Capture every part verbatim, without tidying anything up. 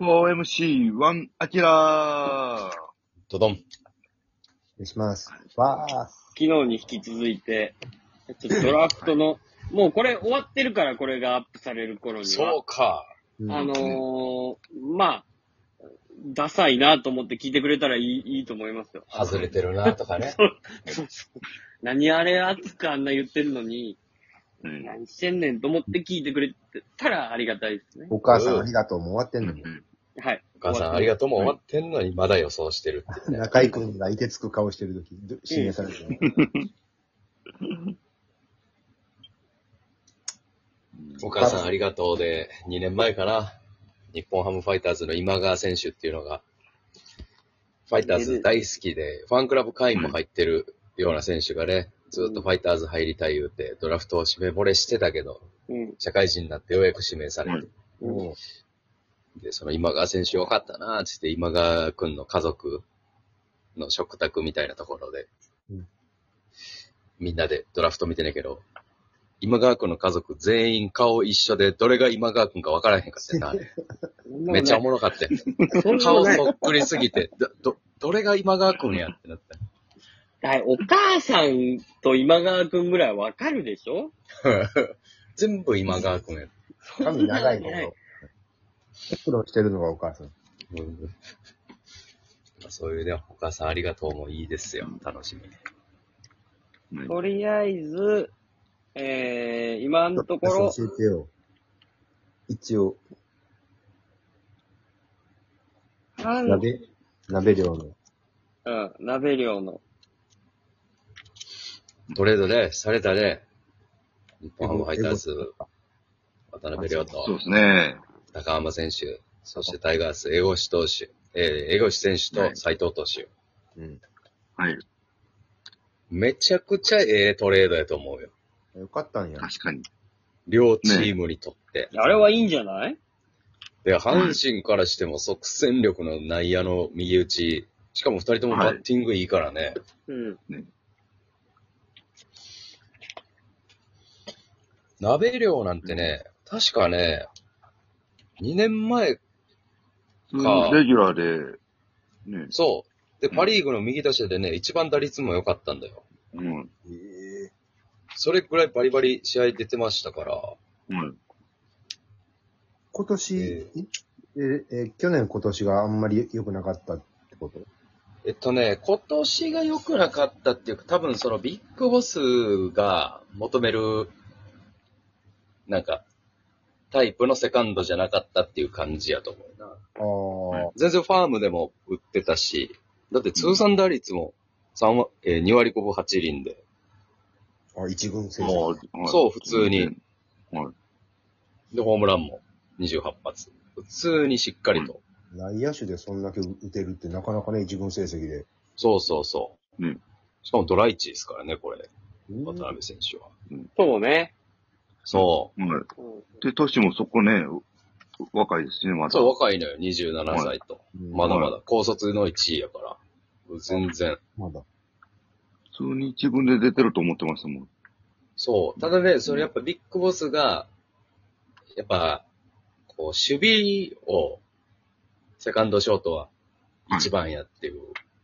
フォーエムシーワン、アキラー。 ドドン。 お願いします。わー。 昨日に引き続いて、ちょっとドラフトの、もうこれ終わってるからこれがアップされる頃には。 そうか。 あのー、まあ、ダサいなと思って聞いてくれたらいい、いいと思いますよ。 外れてるなとかね。 そうそう。何あれ熱くあんな言ってるのに、 うん、 何してんねんと思って聞いてくれたらありがたいですね。 お母さんありがとうも終わってんのに。 はい。 お母さんありがとうも終わってんのにまだ予想してるって、ね。 中井くんがいてつく顔してるとき、指名されてる。 お母さんありがとうで、にねんまえかな。日本ハムファイターズの今川選手っていうのが、ファイターズ大好きで、ファンクラブ会員も入ってるような選手がね、ずっとファイターズ入りたい言うて、ドラフトを指名惚れしてたけど、 うん、 社会人になってようやく指名されて、 うん、 で、その今川選手よかったなーってって、今川くんの家族の食卓みたいなところで、 うん、みんなでドラフト見てねえけど、今川くんの家族全員顔一緒で、どれが今川くんか分からへんかったな。めっちゃおもろかったよ。顔そっくりすぎて、ど、ど、どれが今川くんやってなった。 はい、お母さんと今川くんぐらいわかるでしょ全部今川くんや。 髪長いのと、苦労してるのがお母さん。 うん、そういうね、お母さんありがとうもいいですよ。楽しみ。 とりあえず、えー、今のところ。 教えてよ。一応。鍋、鍋量の。 うん、鍋量の。 トレードで、されたで、日本ハムファイターズ、渡辺亮と、 そうですね。 高浜選手、そしてタイガース、江越投手、えー、江越選手と斉藤投手。 うん。 はい。 めちゃくちゃええトレードやと思うよ。 よかったんや。 確かに。 両チームにとって。 ね、あれはいいんじゃない？ で、阪神からしても即戦力の内野の右打ち、しかも二人ともバッティングいいからね。 はい、うん。ね、 鍋量なんてね、うん、確かね、にねんまえか。 レギュラーで、 ね。そう。で、パリーグの右打者でね、一番打率も良かったんだよ。 うん。 へえ。それぐらいバリバリ試合出てましたから。 うん。 今年、えー、えー、去年今年があんまり良くなかったってこと？ えっとね、今年が良くなかったっていうか、多分そのビッグボスが求める、なんか、タイプのセカンドじゃなかったっていう感じやと思うな。 ああ。 全然ファームでも売ってたし、だって通算打率もさんわ、えー、にわりごぶはちりんで。 あ、一軍選手。そう、普通に。 はい。 で、ホームランもにじゅうはちはつ。普通にしっかりと。 内野手でそんだけ打てるってなかなかね、一軍成績で。 そうそうそう。 うん。 しかもドライチですからね、これ。渡辺選手は。 うん、そうね。 そう。 うん。で、年もそこね、若いですね、まだ。 そう、若いのよ、にじゅうななさいと。はい、まだまだ、高卒のいちいやから。全然。 まだ。 普通に一軍で出てると思ってましたもん。 そう。ただね、それやっぱビッグボスが、やっぱ、こう、守備を、セカンドショートは一番やっていう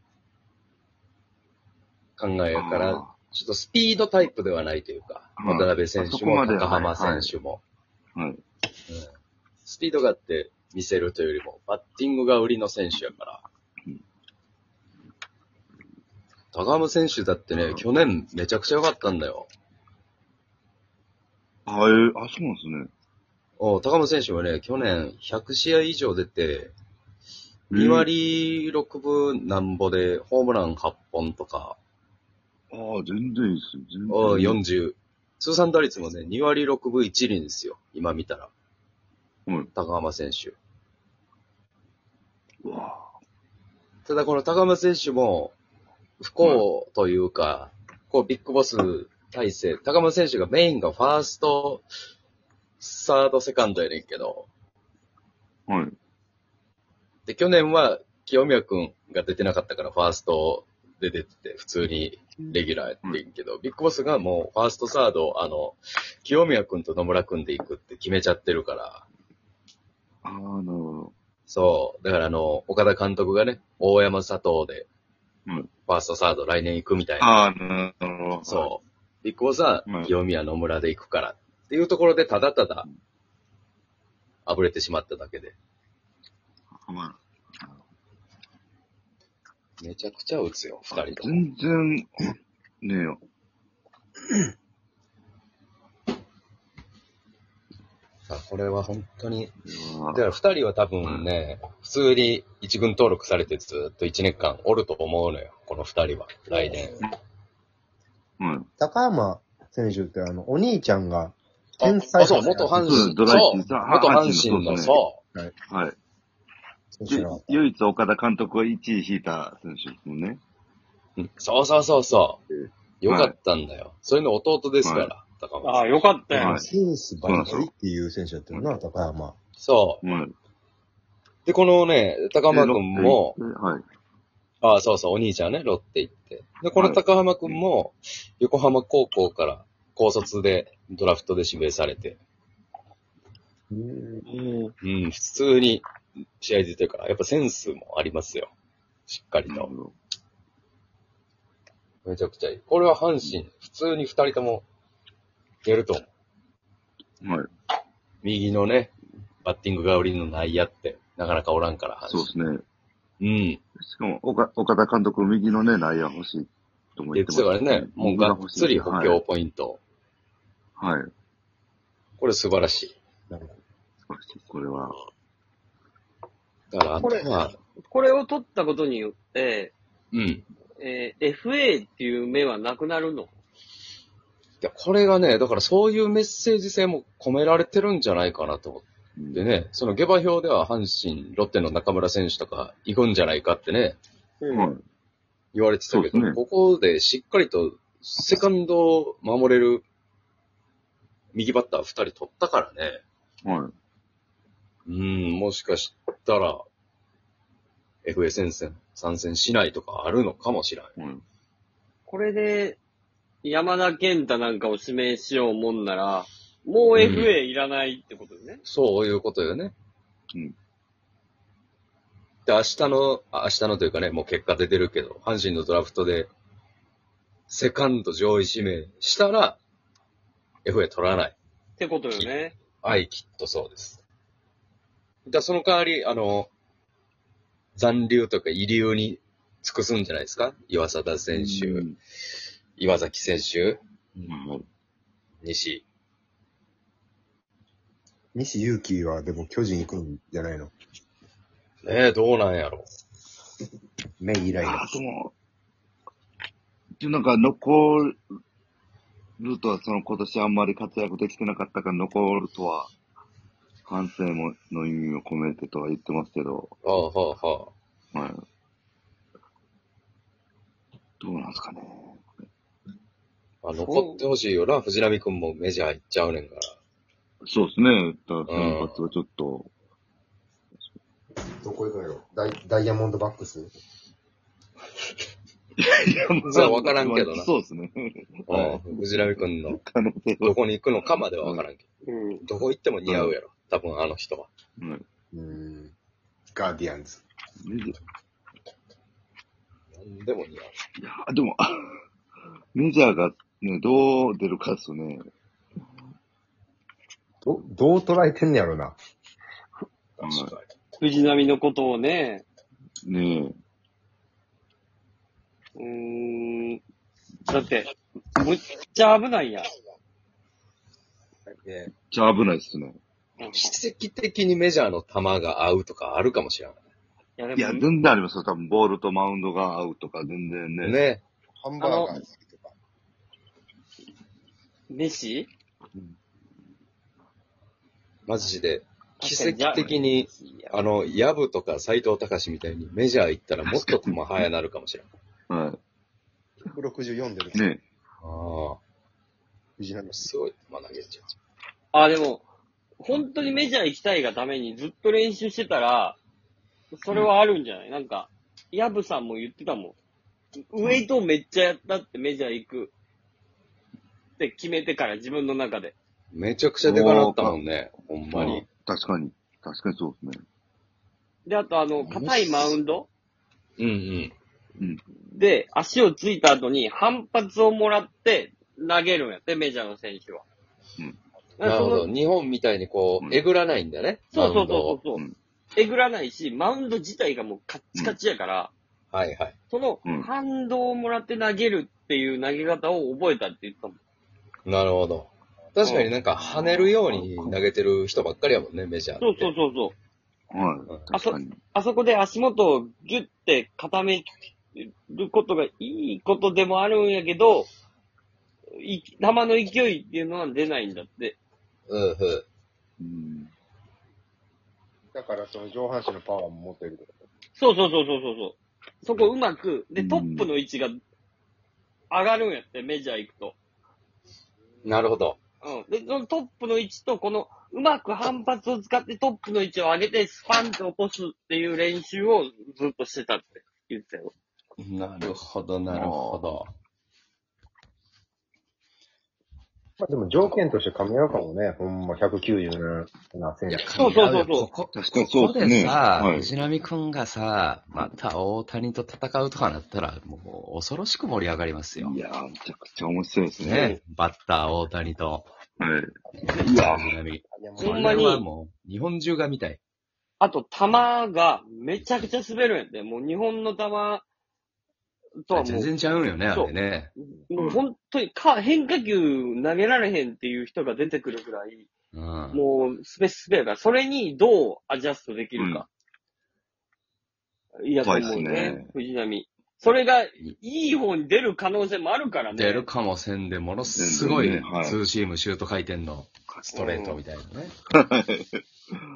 考えやから、ちょっとスピードタイプではないというか、渡辺選手も高浜選手も、 はいはいうん、 スピードがあって見せるというよりも、バッティングが売りの選手やから。うん、高浜選手だってね、去年めちゃくちゃ良かったんだよ。 あ、えー、あ、そうなんですね。 お高浜選手はね、去年ひゃくしあい以上出て、にわりろくぶなんぼでホームランはっぽんとか。 ああ、全然いいですよ。全然いい。よんじゅう。通算打率もね、にわりろくぶいちりんですよ。今見たら。 うん。 高浜選手。 うわただこの高浜選手も、不幸というか、うん、こうビッグボス体制、高浜選手がメインがファースト、サード、セカンドやねんけど。 はい。 で、去年は清宮くんが出てなかったからファーストで出てて、普通にレギュラーやってんけど、うん、ビッグボスがもうファースト、サード、あの、清宮くんと野村くんで行くって決めちゃってるから。 ああ、なるほど。 そう。だからあの、岡田監督がね、大山佐藤で、 うん。 ファーストサード来年行くみたいな。 ああ、なるほど。 そう。ビッグボスはうん清宮野村で行くからっていうところでただただ、あぶれてしまっただけで。 う。まあ、 めちゃくちゃ打つよ、二人とも。 全然、ねえよ。 あこれは本当に、 いやだから二人は多分ね、普通に一軍登録されてずっと一年間おると思うのよ、この二人は、来年。 うん。 高山選手ってあの、お兄ちゃんが、 あ天才そう、元阪神、 そうドライチそう、 さ元阪神の、 阪神のそはい。 選手が唯一岡田監督がいちい引いた選手ですもんね。 う、うんそうそうそうそう。よかったんだよ。それの弟ですから、 は高松。 ああ、よかったよ。 はいセンスバリバリっていう選手だったよな、高山。 そはい。 う。で、このね、高浜くんも、 ではい。 ああ、そうそう、お兄ちゃんね、ロッテ行って。で、この高浜くんも、横浜高校から高卒でドラフトで指名されて、 うんうん。 うん、普通に試合出てるから、やっぱセンスもありますよ。しっかりと。 なるほど。 めちゃくちゃいい。これは阪神、普通に二人ともやると思う。 はい。 右のね、バッティングが売りの内野って、なかなかおらんから、阪そう神。 ですね。 うん。 しかも、岡岡田監督、右のね、内野欲しいとも言ってます言ってたからね、もうがっつり補強ポイント。 はい。はい。 これ素晴らしい。 なるほこれは、 だから、あとこれは、 これを取ったことによって、 うん。 えー、エフエー っていう目はなくなるの？ いや、これがね、だからそういうメッセージ性も込められてるんじゃないかなと思うんってね、その下馬評では阪神、ロッテの中村選手とか行くんじゃないかってね、 うん。 はい。 言われてたけど、 そうですねここでしっかりとセカンドを守れる右バッター二人取ったからね、 はい。 うん、もしかしたら エフエー 戦線参戦しないとかあるのかもしれない。 はい。 これで、山田健太なんかを指名しようもんなら、もう エフエー いらないってことね。 そういうことよね。 うん。 で、明日の、あ明日のというかね、もう結果出てるけど、阪神のドラフトで、セカンド上位指名したら、エフエー 取らない。 ってことよね。 はい、きっとそうです。だその代わり、あの、残留とか遺留に尽くすんじゃないですか？岩貞選手、 うん岩崎選手、 はい西。 西勇輝はでも巨人行くんじゃないの？ ねえ、どうなんやろ。 目以来だあ。でも、でなんか残るとは、その今年あんまり活躍できてなかったから残るとは、反省もの意味を込めてとは言ってますけど、 はあ、はあ、はあ。 はい。どうなんですかね。 あ残ってほしいよな、藤波くんもメジャー行っちゃうねんから。 そうですね。だから先発はちょっと、 どこ行くのよ？ダイダイヤモンドバックス？ いや、もそれは分からんけどなそうですね。 うん。藤波くんの可能性は。 どこに行くのかまでは分からんけうん。 ど。どこ行っても似合うやろ。多分あの人は。 はい。 うん。ガーディアンズ。 メジャー何でも似合う。 いや、でも、メジャーがね、どう出るかですよね。 ど、どう捉えてんねやろな。 確か藤波のことをね、 ねうーん。だって、むっちゃ危ないやん。 に。ねじゃあ危ないっすね。 奇跡的にメジャーの球が合うとかあるかもしれない。 いや、でいや、 も、 全然ありますよ。多分、ボールとマウンドが合うとか、全然ね。 ね。 ハンバーガー好きとか。 西マジで。奇跡的に、あの、ヤブとか斎藤隆みたいにメジャー行ったらもっと球速なるかもしれない。 はひゃくろくじゅうよん出る。 い。ねああ。 藤波。 すごい球投げちゃあ、でも、本当にメジャー行きたいがためにずっと練習してたら、それはあるんじゃない、なんか、ヤブさんも言ってたもん。ウェイトめっちゃやったってメジャー行くって決めてから自分の中で。 めちゃくちゃでかなったもんね。ほんまに。 確かに。確かにそうですね。 で、あとあの、硬いマウンドうんうん。 で、足をついた後に反発をもらって投げるんやって、メジャーの選手は。 うん。 なるほど。日本みたいにこう、えぐらないんだね。 そうそうそうそう。うん、えぐらないし、マウンド自体がもうカッチカチやから、 うん、はいはい。 その反動をもらって投げるっていう投げ方を覚えたって言ったもん。 なるほど。確かになんか跳ねるように投げてる人ばっかりやもんね、メジャーって。 そうそうそうそう。 はい。 あそ、あそこで足元をギュッて固めることがいいことでもあるんやけど、い球の勢いっていうのは出ないんだって。 うんうん。だからその上半身のパワーも持ってるってこと。 そうそうそうそうそう。そこうまく、で、トップの位置が上がるんやって、メジャー行くと。 なるほど。 うん。で、そのトップの位置と、この、うまく反発を使ってトップの位置を上げて、スパンって落とすっていう練習をずっとしてたって言ってたよ。 なるほど、なるほど。 まあでも条件として噛み合うかもね。ほんまひゃくきゅうじゅうななセンチ。 そうそうそうそう。 ここ、確かにそうですね。 ここでさ、はい、藤波くんがさ、また大谷と戦うとかなったら、もう恐ろしく盛り上がりますよ。 いやー、めちゃくちゃ面白いですね。 ね。バッター大谷と。 はい。いやー、 藤波。 ほんまに。 はもう、日本中が見たい。 あと、球がめちゃくちゃ滑るんやって。もう日本の球、 とはもう全然ちゃうんよね、あれね。 もう本当にか変化球投げられへんっていう人が出てくるぐらい、うん、もうスペスペやから、それにどうアジャストできるか。うん、いや、そうですね。藤波。それがいい方に出る可能性もあるからね。 出るかもせんで、ものすごい、ね、はい、ツーシームシュート回転のストレートみたいなね。